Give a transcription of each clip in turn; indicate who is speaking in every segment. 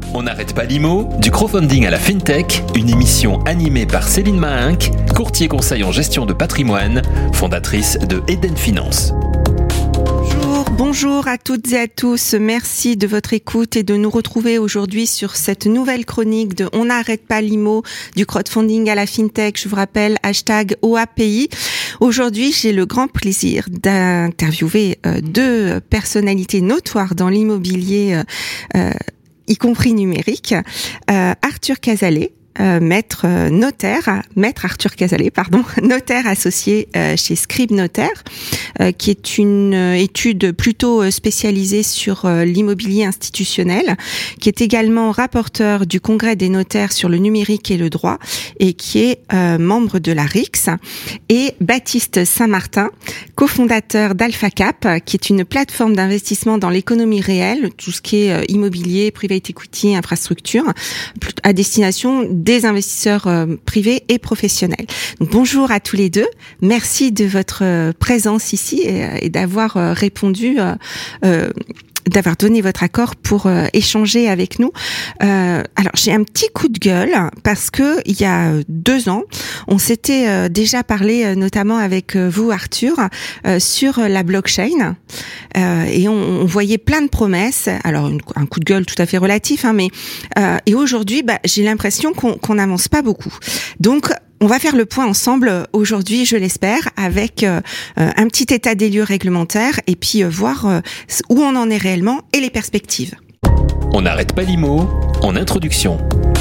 Speaker 1: On n'arrête pas l'IMO, du crowdfunding à la FinTech, une émission animée par Céline Mahinck, courtier conseil en gestion de patrimoine, fondatrice de Eden Finance.
Speaker 2: Bonjour à toutes et à tous, merci de votre écoute et de nous retrouver aujourd'hui sur cette nouvelle chronique de On n'arrête pas l'IMO, du crowdfunding à la FinTech, je vous rappelle, #OAPI. Aujourd'hui, j'ai le grand plaisir d'interviewer deux personnalités notoires dans l'immobilier, y compris numérique, Arthur Cazalet. Maître Arthur Cazalet, notaire associé chez Scribe Notaire, qui est une étude plutôt spécialisée sur l'immobilier institutionnel, qui est également rapporteur du Congrès des notaires sur le numérique et le droit, et qui est membre de la RIX, et Baptiste Saint-Martin, cofondateur d'AlphaCap, qui est une plateforme d'investissement dans l'économie réelle, tout ce qui est immobilier, private equity, infrastructure, à destination des investisseurs privés et professionnels. Donc, bonjour à tous les deux. Merci de votre présence ici et d'avoir répondu, d'avoir donné votre accord pour échanger avec nous. Alors, j'ai un petit coup de gueule parce que il y a 2 ans, on s'était déjà parlé, notamment avec vous, Arthur, sur la blockchain. Et on voyait plein de promesses. Alors, un coup de gueule tout à fait relatif, mais et aujourd'hui, j'ai l'impression qu'on n'avance pas beaucoup. Donc, on va faire le point ensemble aujourd'hui, je l'espère, avec un petit état des lieux réglementaire et puis voir où on en est réellement et les perspectives.
Speaker 1: On n'arrête pas l'IMO, en introduction.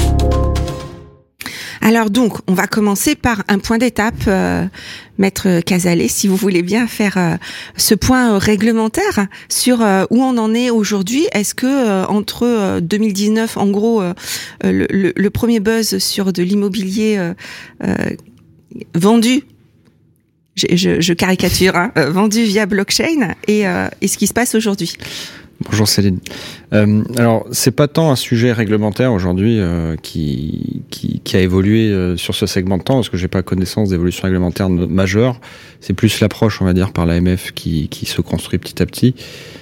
Speaker 2: Alors donc, on va commencer par un point d'étape, Maître Cazalet, si vous voulez bien faire ce point réglementaire sur où on en est aujourd'hui. Est-ce que entre 2019, en gros, le premier buzz sur de l'immobilier vendu, je caricature, vendu via blockchain, et ce qui se passe aujourd'hui?
Speaker 3: Bonjour Céline. Alors, c'est pas tant un sujet réglementaire aujourd'hui qui a évolué sur ce segment de temps, parce que j'ai pas connaissance d'évolution réglementaire majeure. C'est plus l'approche, on va dire, par l'AMF qui se construit petit à petit.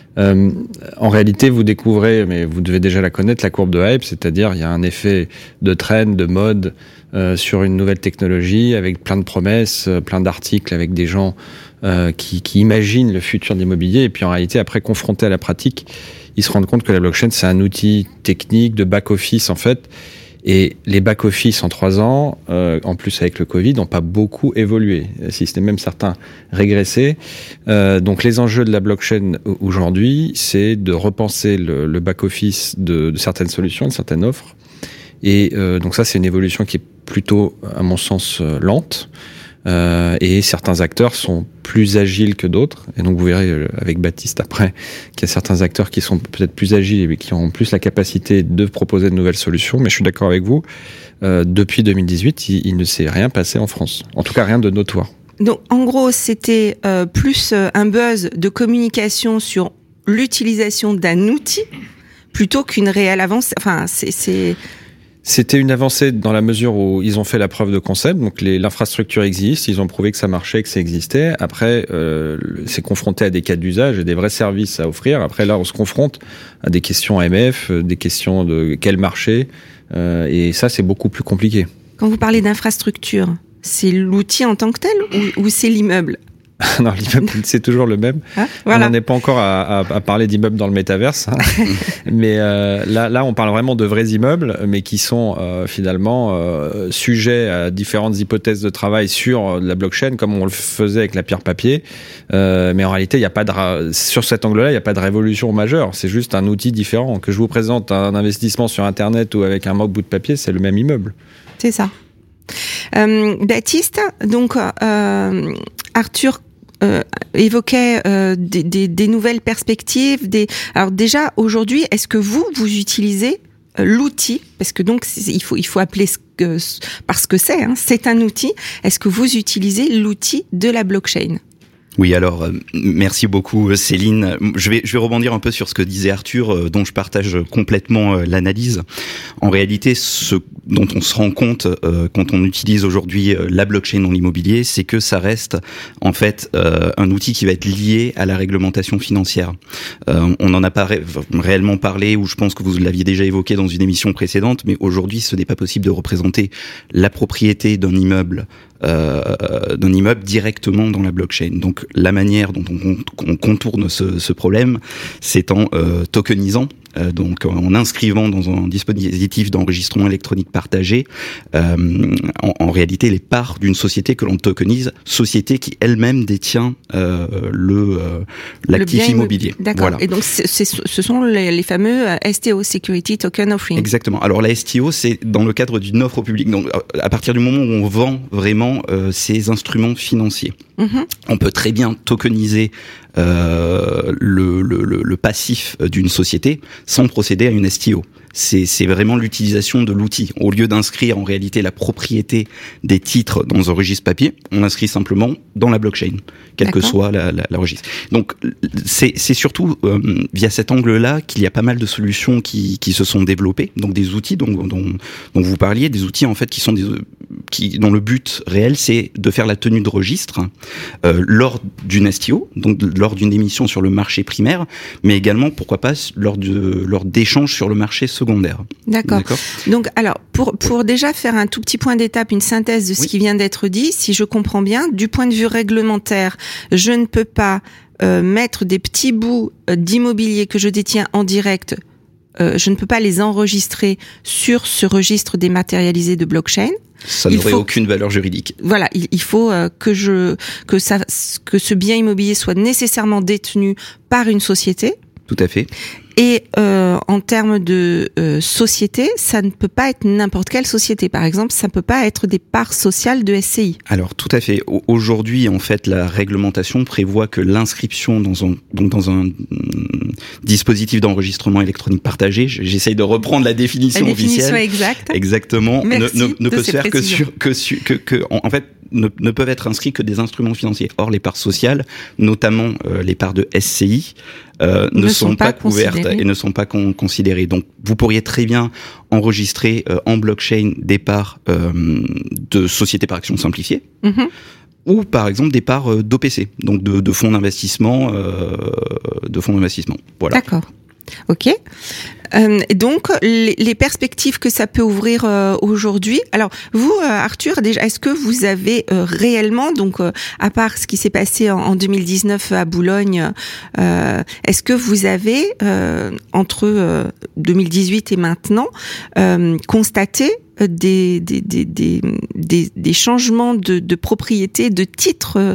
Speaker 3: En réalité, vous découvrez, mais vous devez déjà la connaître, la courbe de hype, c'est-à-dire il y a un effet de trend, de mode sur une nouvelle technologie, avec plein de promesses, plein d'articles avec des gens qui imaginent le futur de l'immobilier, et puis en réalité, après, confrontés à la pratique, ils se rendent compte que la blockchain, c'est un outil technique de back-office, en fait, et les back-office en 3 ans, en plus avec le Covid, n'ont pas beaucoup évolué, si ce n'est même certains régressé. Donc les enjeux de la blockchain aujourd'hui, c'est de repenser le back-office de certaines solutions, de certaines offres. Et donc ça, c'est une évolution qui est plutôt, à mon sens, lente. Et certains acteurs sont plus agiles que d'autres. Et donc vous verrez avec Baptiste après qu'il y a certains acteurs qui sont peut-être plus agiles et qui ont plus la capacité de proposer de nouvelles solutions. Mais je suis d'accord avec vous, depuis 2018, il ne s'est rien passé en France. En tout cas, rien de notoire.
Speaker 2: Donc en gros, c'était plus un buzz de communication sur l'utilisation d'un outil plutôt qu'une réelle avancée. Enfin,
Speaker 3: C'était une avancée dans la mesure où ils ont fait la preuve de concept, donc l'infrastructure existe, ils ont prouvé que ça marchait, que ça existait. Après, c'est confronté à des cas d'usage et des vrais services à offrir. Après, là, on se confronte à des questions AMF, des questions de quel marché, et ça, c'est beaucoup plus compliqué.
Speaker 2: Quand vous parlez d'infrastructure, c'est l'outil en tant que tel ou c'est l'immeuble?
Speaker 3: Non, l'immeuble, c'est toujours le même. Voilà. On n'en est pas encore à parler d'immeubles dans le métaverse. Mais là, on parle vraiment de vrais immeubles, mais qui sont finalement sujets à différentes hypothèses de travail sur la blockchain, comme on le faisait avec la pierre papier. Mais en réalité, il y a pas sur cet angle-là, il n'y a pas de révolution majeure. C'est juste un outil différent. Que je vous présente un investissement sur Internet ou avec un mock bout de papier, c'est le même immeuble.
Speaker 2: C'est ça. Baptiste, donc Arthur évoquait des nouvelles perspectives. Alors déjà, aujourd'hui, est-ce que vous utilisez l'outil, parce que donc il faut appeler parce que c'est un outil. Est-ce que vous utilisez l'outil de la blockchain?
Speaker 4: Oui, alors merci beaucoup Céline. Je vais rebondir un peu sur ce que disait Arthur, dont je partage complètement l'analyse. En réalité, ce dont on se rend compte quand on utilise aujourd'hui la blockchain dans l'immobilier, c'est que ça reste en fait un outil qui va être lié à la réglementation financière. On en a pas réellement parlé, ou je pense que vous l'aviez déjà évoqué dans une émission précédente, mais aujourd'hui, ce n'est pas possible de représenter la propriété d'un immeuble directement dans la blockchain. Donc la manière dont on contourne ce problème, c'est en tokenisant, donc en inscrivant dans un dispositif d'enregistrement électronique partagé en réalité les parts d'une société que l'on tokenise, société qui elle-même détient l'actif immobilier.
Speaker 2: D'accord.
Speaker 4: Voilà.
Speaker 2: Et donc ce sont les fameux STO, Security Token Offering.
Speaker 4: Exactement. Alors la STO, c'est dans le cadre d'une offre au public. Donc à partir du moment où on vend vraiment ces instruments financiers, on peut très bien tokeniser le passif d'une société sans procéder à une STO. C'est vraiment l'utilisation de l'outil. Au lieu d'inscrire en réalité la propriété des titres dans un registre papier, on inscrit simplement dans la blockchain, quel que soit la registre. Donc c'est surtout via cet angle-là qu'il y a pas mal de solutions qui se sont développées. Donc des outils dont vous parliez, des outils en fait qui sont dont le but réel c'est de faire la tenue de registre lors d'une STO, donc lors d'une émission sur le marché primaire, mais également pourquoi pas lors d'échanges sur le marché secondaire.
Speaker 2: D'accord. Donc alors pour déjà faire un tout petit point d'étape, une synthèse de ce qui vient d'être dit, si je comprends bien, du point de vue réglementaire, je ne peux pas mettre des petits bouts d'immobilier que je détiens en direct. Je ne peux pas les enregistrer sur ce registre dématérialisé de blockchain.
Speaker 4: Ça n'aurait aucune valeur juridique.
Speaker 2: Voilà, il faut que ce bien immobilier soit nécessairement détenu par une société.
Speaker 4: Tout à fait.
Speaker 2: Et en termes de société, ça ne peut pas être n'importe quelle société. Par exemple, ça ne peut pas être des parts sociales de SCI.
Speaker 4: Alors, tout à fait. Aujourd'hui, en fait, la réglementation prévoit que l'inscription dans un dispositif d'enregistrement électronique partagé, j'essaye de reprendre la définition officielle.
Speaker 2: La définition exacte.
Speaker 4: Exactement. Ne peut se faire en fait, ne peuvent être inscrits que des instruments financiers. Or, les parts sociales, notamment les parts de SCI, ne sont pas couvertes et ne sont pas considérées. Donc, vous pourriez très bien enregistrer en blockchain des parts de sociétés par action simplifiées, ou par exemple des parts d'OPC, donc de fonds d'investissement, Voilà.
Speaker 2: D'accord. Ok. Donc les perspectives que ça peut ouvrir aujourd'hui. Alors vous, Arthur, déjà, est-ce que vous avez réellement, donc à part ce qui s'est passé en 2019 à Boulogne, est-ce que vous avez entre 2018 et maintenant constaté des changements de propriété, de titres,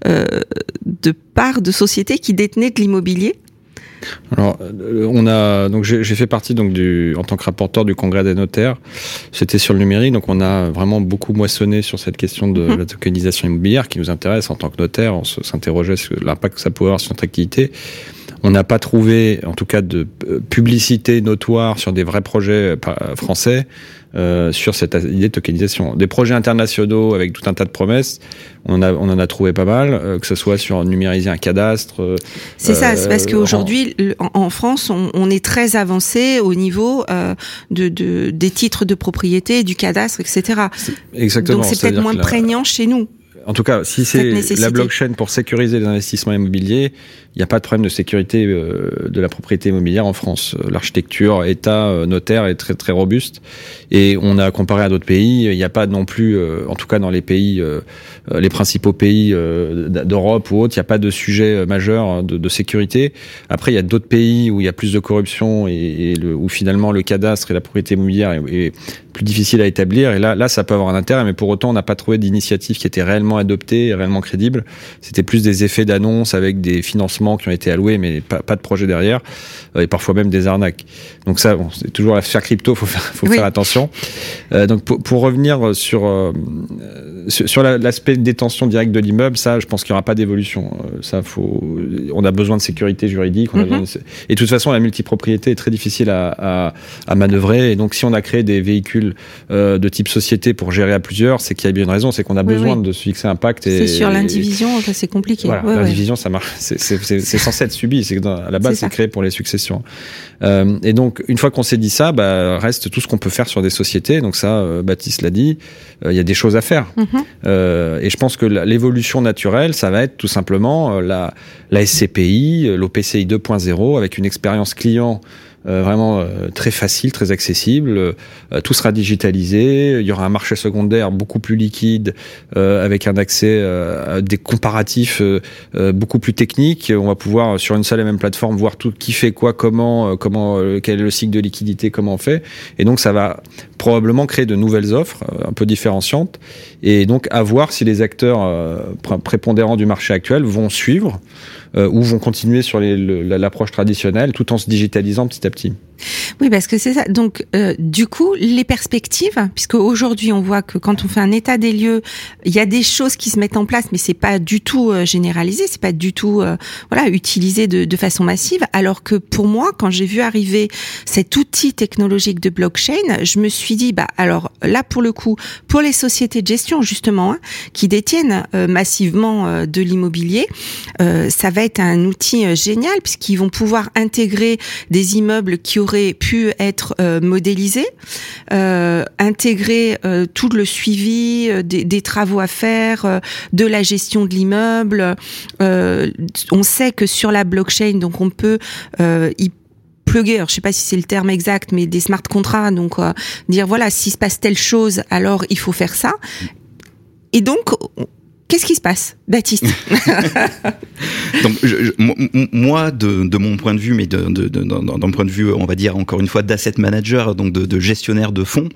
Speaker 2: de parts de sociétés qui détenaient de l'immobilier?
Speaker 3: Alors, j'ai fait partie en tant que rapporteur du Congrès des notaires. C'était sur le numérique, donc on a vraiment beaucoup moissonné sur cette question de la tokenisation immobilière qui nous intéresse en tant que notaire. On s'interrogeait sur l'impact que ça pouvait avoir sur notre activité. On n'a pas trouvé, en tout cas, de publicité notoire sur des vrais projets français sur cette idée de tokenisation. Des projets internationaux avec tout un tas de promesses, on en a trouvé pas mal, que ce soit sur numériser un cadastre.
Speaker 2: C'est ça, c'est parce qu'aujourd'hui, en France, on est très avancé au niveau des titres de propriété, du cadastre, etc.
Speaker 3: Exactement.
Speaker 2: Donc c'est peut-être moins prégnant chez nous.
Speaker 3: En tout cas, si c'est la blockchain pour sécuriser les investissements immobiliers, il n'y a pas de problème de sécurité de la propriété immobilière en France. L'architecture, État, notaire est très très robuste. Et on a comparé à d'autres pays, il n'y a pas non plus, en tout cas dans les pays, les principaux pays d'Europe ou autres, il n'y a pas de sujet majeur de sécurité. Après, il y a d'autres pays où il y a plus de corruption où finalement le cadastre et la propriété immobilière est plus difficile à établir. Et là, ça peut avoir un intérêt, mais pour autant, on n'a pas trouvé d'initiative qui était réellement adoptée et réellement crédible. C'était plus des effets d'annonce avec des financements qui ont été alloués, mais pas de projet derrière, et parfois même des arnaques. Donc ça, c'est toujours l'affaire crypto, faut faire attention. Donc pour revenir sur l'aspect de détention directe de l'immeuble, ça, je pense qu'il n'y aura pas d'évolution. On a besoin de sécurité juridique. Et de toute façon, la multipropriété est très difficile à manœuvrer. Et donc, si on a créé des véhicules de type société pour gérer à plusieurs, c'est qu'il y a bien une raison, c'est qu'on a besoin de se fixer procès impact.
Speaker 2: C'est sur l'indivision, c'est compliqué.
Speaker 3: Voilà, l'indivision, ça marche. C'est censé être subi. À la base, c'est créé pour les successions. Et donc, une fois qu'on s'est dit ça, reste tout ce qu'on peut faire sur des sociétés. Donc ça, Baptiste l'a dit, il y a des choses à faire. Et je pense que l'évolution naturelle, ça va être tout simplement la SCPI, l'OPCI 2.0, avec une expérience client vraiment très facile, très accessible. Tout sera digitalisé. Il y aura un marché secondaire beaucoup plus liquide, avec un accès à des comparatifs beaucoup plus techniques. On va pouvoir sur une seule et même plateforme voir tout qui fait quoi, comment, quel est le cycle de liquidité, comment on fait. Et donc ça va probablement créer de nouvelles offres un peu différenciantes. Et donc à voir si les acteurs prépondérants du marché actuel vont suivre ou vont continuer sur l'approche traditionnelle tout en se digitalisant petit à petit.
Speaker 2: Oui, parce que c'est ça. Donc, du coup, les perspectives, puisque aujourd'hui, on voit que quand on fait un état des lieux, il y a des choses qui se mettent en place, mais c'est pas du tout généralisé, c'est pas du tout utilisé de façon massive. Alors que pour moi, quand j'ai vu arriver cet outil technologique de blockchain, je me suis dit, alors là, pour le coup, pour les sociétés de gestion justement, qui détiennent massivement de l'immobilier, ça va être un outil génial puisqu'ils vont pouvoir intégrer des immeubles qui auraient pu être modélisés, intégrer tout le suivi des travaux à faire, de la gestion de l'immeuble. On sait que sur la blockchain, donc on peut y plugger, alors je sais pas si c'est le terme exact, mais des smart contracts, donc dire voilà, s'il se passe telle chose, alors il faut faire ça. Et donc, qu'est-ce qui se passe, Baptiste?
Speaker 4: Donc, moi, de mon point de vue, mais d'un point de vue, on va dire encore une fois, d'asset manager, donc de gestionnaire de fonds,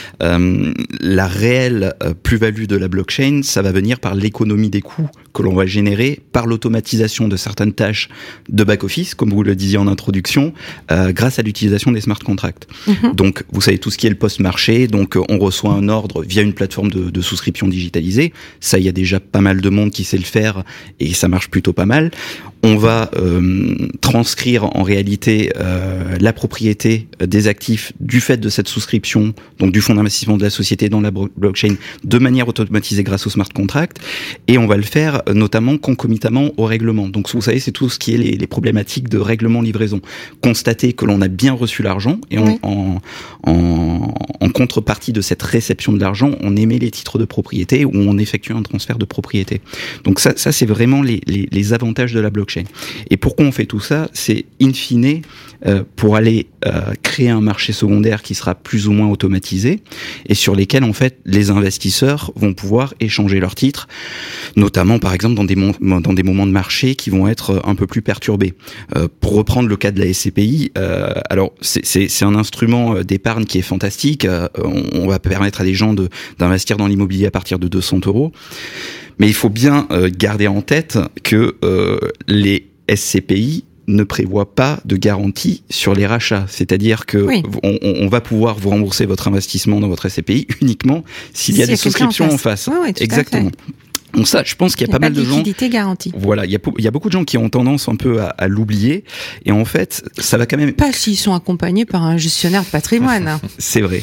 Speaker 4: la réelle plus-value de la blockchain, ça va venir par l'économie des coûts que l'on va générer par l'automatisation de certaines tâches de back-office, comme vous le disiez en introduction, grâce à l'utilisation des smart contracts. Donc, vous savez tout ce qui est le post-marché, donc on reçoit un ordre via une plateforme de souscription digitalisée. Ça, il y a déjà pas mal de monde qui sait le faire et ça marche plutôt pas mal. On va transcrire en réalité la propriété des actifs du fait de cette souscription, donc du fonds d'investissement de la société dans la blockchain, de manière automatisée grâce au smart contract, et on va le faire notamment concomitamment au règlement. Donc vous savez, c'est tout ce qui est les problématiques de règlement livraison. Constater que l'on a bien reçu l'argent et en contrepartie de cette réception de l'argent, on émet les titres de propriété ou on effectue un transfert de propriété. Donc ça c'est vraiment les avantages de la blockchain. Et pourquoi on fait tout ça? C'est in fine pour aller créer un marché secondaire qui sera plus ou moins automatisé et sur lesquels en fait les investisseurs vont pouvoir échanger leurs titres, notamment par exemple dans des moments de marché qui vont être un peu plus perturbés. Pour reprendre le cas de la SCPI, alors c'est un instrument d'épargne qui est fantastique. On va permettre à des gens d'investir dans l'immobilier à partir de 200 €. Mais il faut bien garder en tête que les SCPI ne prévoient pas de garantie sur les rachats. C'est-à-dire que on va pouvoir vous rembourser votre investissement dans votre SCPI uniquement s'il y a des souscriptions en face.
Speaker 2: Oui, exactement.
Speaker 4: Donc ça, je pense qu'il y a pas mal de gens.
Speaker 2: Liquidité garantie.
Speaker 4: Voilà, il y a beaucoup de gens qui ont tendance un peu à l'oublier. Et en fait, ça va quand même.
Speaker 2: Pas s'ils sont accompagnés par un gestionnaire de patrimoine.
Speaker 4: C'est vrai.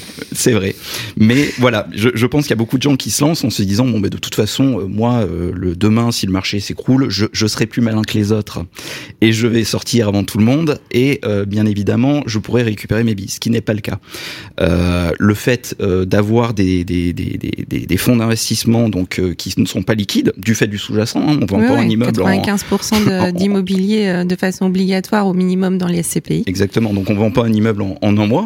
Speaker 4: Mais voilà, je pense qu'il y a beaucoup de gens qui se lancent en se disant bon, de toute façon, moi, demain, si le marché s'écroule, je serai plus malin que les autres et je vais sortir avant tout le monde. Et bien évidemment, je pourrai récupérer mes billes, ce qui n'est pas le cas. Le fait d'avoir des fonds d'investissement donc qui ne sont pas liquide du fait du sous-jacent. On vend pas un immeuble
Speaker 2: 95% d'immobilier de façon obligatoire au minimum dans les SCPI.
Speaker 4: Exactement. Donc on vend pas un immeuble en un mois,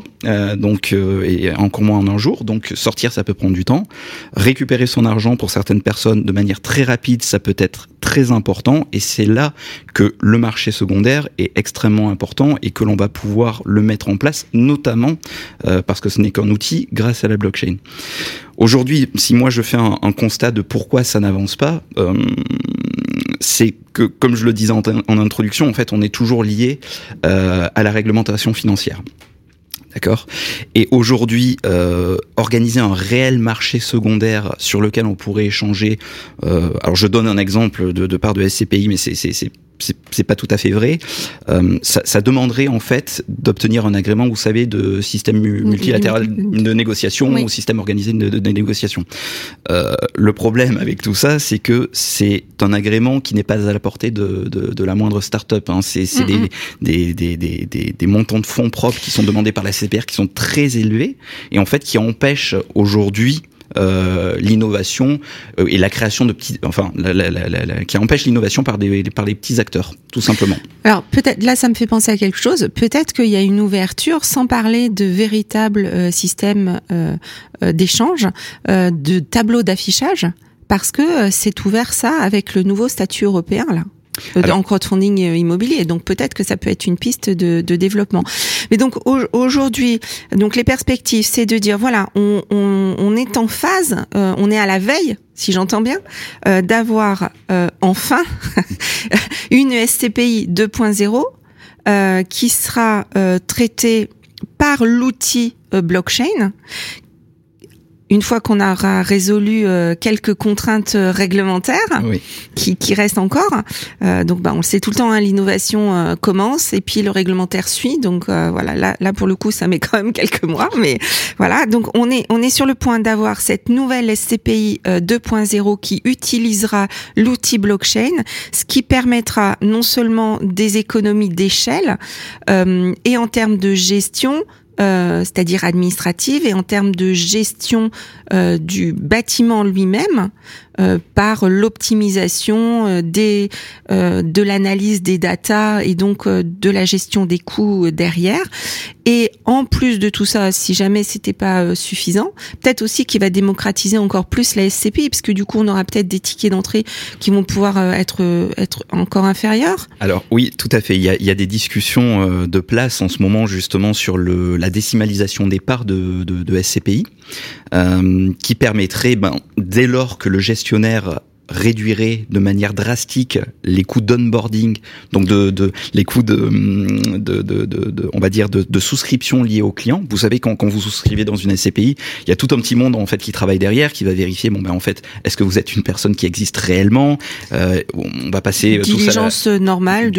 Speaker 4: et encore moins en un jour. Donc sortir, ça peut prendre du temps. Récupérer son argent pour certaines personnes de manière très rapide, ça peut être très important. Et c'est là que le marché secondaire est extrêmement important et que l'on va pouvoir le mettre en place, notamment parce que ce n'est qu'un outil grâce à la blockchain. Aujourd'hui, si moi je fais un constat de pourquoi ça n'avance pas, c'est que, comme je le disais en introduction, en fait, on est toujours lié à la réglementation financière. D'accord. Et aujourd'hui, organiser un réel marché secondaire sur lequel on pourrait échanger. Alors, je donne un exemple de part de SCPI, mais c'est c'est pas tout à fait vrai. Ça demanderait en fait d'obtenir un agrément, vous savez, de système multilatéral de négociation ou système organisé de négociation. Le problème avec tout ça, c'est que c'est un agrément qui n'est pas à la portée de la moindre start-up. Hein. C'est des montants de fonds propres qui sont demandés par la CPR qui sont très élevés et en fait qui empêchent aujourd'hui l'innovation et la création de petits, qui empêche l'innovation par les petits acteurs, tout simplement.
Speaker 2: Alors peut-être là, ça me fait penser à quelque chose. Peut-être qu'il y a une ouverture, sans parler de véritables systèmes d'échange, de tableaux d'affichage, parce que c'est ouvert ça avec le nouveau statut européen là. En crowdfunding immobilier, donc peut-être que ça peut être une piste de développement. Mais donc aujourd'hui, donc les perspectives, c'est de dire voilà, on est en phase, on est à la veille, si j'entends bien, d'avoir enfin une SCPI 2.0 qui sera traitée par l'outil blockchain. Une fois qu'on aura résolu quelques contraintes réglementaires qui restent encore, donc on le sait tout le temps, hein, l'innovation commence et puis le réglementaire suit. Donc voilà, là pour le coup, ça met quand même quelques mois, mais voilà. Donc on est sur le point d'avoir cette nouvelle SCPI 2.0 qui utilisera l'outil blockchain, ce qui permettra non seulement des économies d'échelle et en termes de gestion. C'est-à-dire administrative et en termes de gestion du bâtiment lui-même par l'optimisation de l'analyse des data et donc de la gestion des coûts derrière. Et en plus de tout ça, si jamais c'était pas suffisant, peut-être aussi qu'il va démocratiser encore plus la SCPI, parce que du coup on aura peut-être des tickets d'entrée qui vont pouvoir être encore inférieurs.
Speaker 4: Alors oui, tout à fait. Il y a des discussions de place en ce moment justement sur la décimalisation des parts de SCPI, qui permettrait, dès lors que le gestionnaire réduirait de manière drastique les coûts d'onboarding, donc les coûts on va dire de souscription liés aux clients. Vous savez, quand vous souscrivez dans une SCPI, il y a tout un petit monde en fait qui travaille derrière, qui va vérifier en fait, est-ce que vous êtes une personne qui existe réellement. On va passer
Speaker 2: diligence normale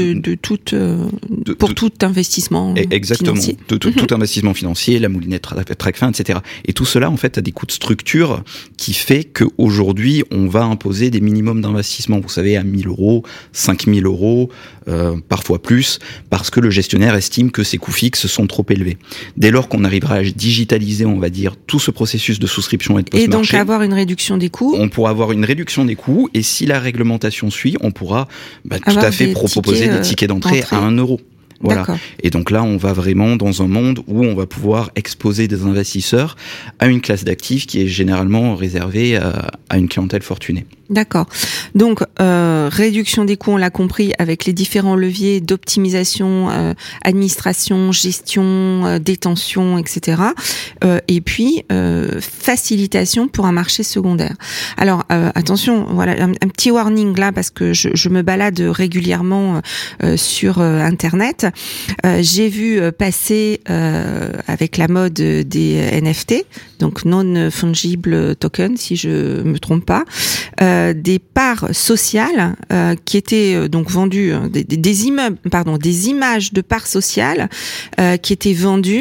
Speaker 2: pour tout investissement financier.
Speaker 4: Tout investissement financier, la moulinette TRACFIN, etc. Et tout cela en fait a des coûts de structure qui fait que aujourd'hui on va imposer des minimums d'investissement, vous savez, à 1 000 euros, 5 000 euros, parfois plus, parce que le gestionnaire estime que ces coûts fixes sont trop élevés. Dès lors qu'on arrivera à digitaliser, on va dire, tout ce processus de souscription et de post-marché.
Speaker 2: Et donc avoir une réduction des coûts.
Speaker 4: On pourra avoir une réduction des coûts, et si la réglementation suit, on pourra tout à fait proposer des tickets d'entrée à 1 euro. Voilà.
Speaker 2: D'accord.
Speaker 4: Et donc là, on va vraiment dans un monde où on va pouvoir exposer des investisseurs à une classe d'actifs qui est généralement réservée à une clientèle fortunée.
Speaker 2: D'accord. Donc, réduction des coûts, on l'a compris, avec les différents leviers d'optimisation, administration, gestion, détention, etc. Et puis, facilitation pour un marché secondaire. Alors, attention, voilà, un petit warning là, parce que je me balade régulièrement sur Internet. J'ai vu passer, avec la mode des NFT, donc non-fungible token, si je me trompe pas, des parts sociales qui étaient donc vendues, des images de parts sociales qui étaient vendues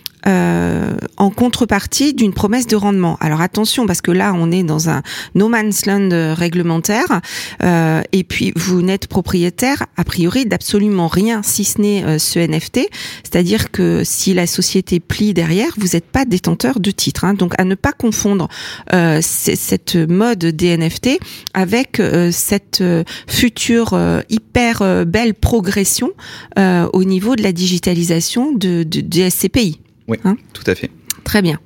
Speaker 2: en contrepartie d'une promesse de rendement. Alors attention, parce que là on est dans un no man's land réglementaire, et puis vous n'êtes propriétaire a priori d'absolument rien, si ce n'est ce NFT, c'est-à-dire que si la société plie derrière, vous n'êtes pas détenteur de titre, hein. Donc à ne pas confondre cette mode des NFT avec cette future hyper belle progression au niveau de la digitalisation des SCPI.
Speaker 4: Oui, tout à fait.
Speaker 2: Très bien.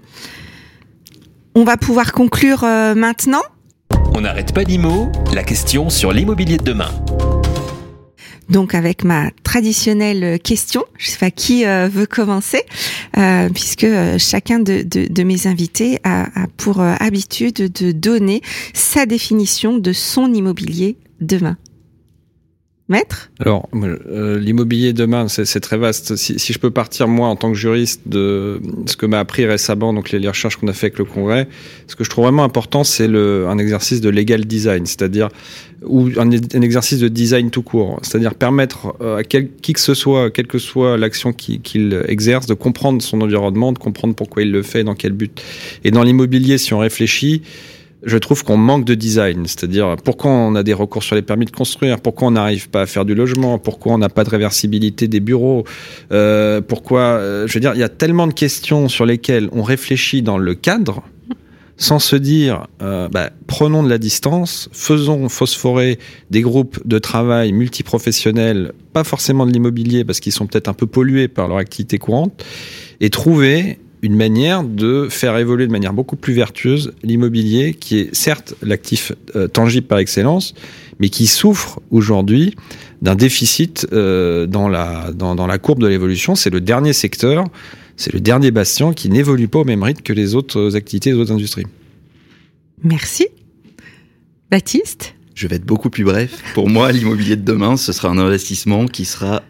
Speaker 2: On va pouvoir conclure maintenant.
Speaker 1: On n'arrête pas l'IMO, la question sur l'immobilier de demain.
Speaker 2: Donc avec ma traditionnelle question, je sais pas qui veut commencer, puisque chacun de mes invités a pour habitude de donner sa définition de son immobilier demain. Maître ?
Speaker 3: Alors, l'immobilier demain, c'est très vaste. Si je peux partir, moi, en tant que juriste, de ce que m'a appris récemment, donc les recherches qu'on a fait avec le Congrès, ce que je trouve vraiment important, c'est un exercice de legal design, c'est-à-dire ou un exercice de design tout court, c'est-à-dire permettre à qui que ce soit, quelle que soit l'action qu'il exerce, de comprendre son environnement, de comprendre pourquoi il le fait, dans quel but. Et dans l'immobilier, si on réfléchit, je trouve qu'on manque de design, c'est-à-dire pourquoi on a des recours sur les permis de construire, pourquoi on n'arrive pas à faire du logement, pourquoi on n'a pas de réversibilité des bureaux, pourquoi, je veux dire, il y a tellement de questions sur lesquelles on réfléchit dans le cadre, sans se dire, prenons de la distance, faisons phosphorer des groupes de travail multiprofessionnels, pas forcément de l'immobilier, parce qu'ils sont peut-être un peu pollués par leur activité courante, et trouver une manière de faire évoluer de manière beaucoup plus vertueuse l'immobilier, qui est certes l'actif tangible par excellence, mais qui souffre aujourd'hui d'un déficit dans la courbe de l'évolution. C'est le dernier secteur, c'est le dernier bastion qui n'évolue pas au même rythme que les autres activités, les autres industries.
Speaker 2: Merci. Baptiste ?
Speaker 4: Je vais être beaucoup plus bref. Pour moi, l'immobilier de demain, ce sera un investissement qui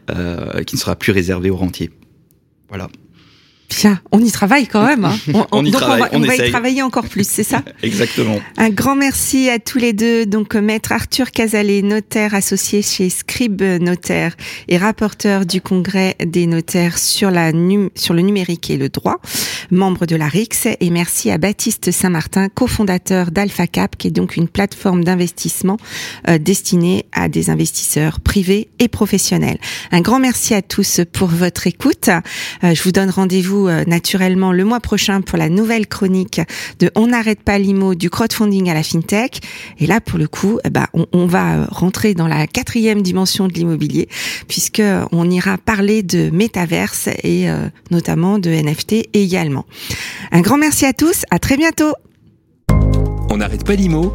Speaker 4: ne sera plus réservé aux rentiers. Voilà.
Speaker 2: Bien, on y travaille quand même. Hein.
Speaker 4: On
Speaker 2: va y travailler encore plus, c'est ça ?
Speaker 4: Exactement.
Speaker 2: Un grand merci à tous les deux. Donc, Maître Arthur Cazalet, notaire associé chez Scribe Notaire et rapporteur du Congrès des notaires sur le numérique et le droit, membre de la RIX. Et merci à Baptiste Saint-Martin, cofondateur d'AlphaCap, qui est donc une plateforme d'investissement destinée à des investisseurs privés et professionnels. Un grand merci à tous pour votre écoute. Je vous donne rendez-vous naturellement le mois prochain pour la nouvelle chronique de On n'arrête pas l'IMO, du crowdfunding à la FinTech. Et là, pour le coup, on va rentrer dans la 4e dimension de l'immobilier, puisque on ira parler de métaverse et notamment de NFT également. Un grand merci à tous, à très bientôt.
Speaker 1: On n'arrête pas l'IMO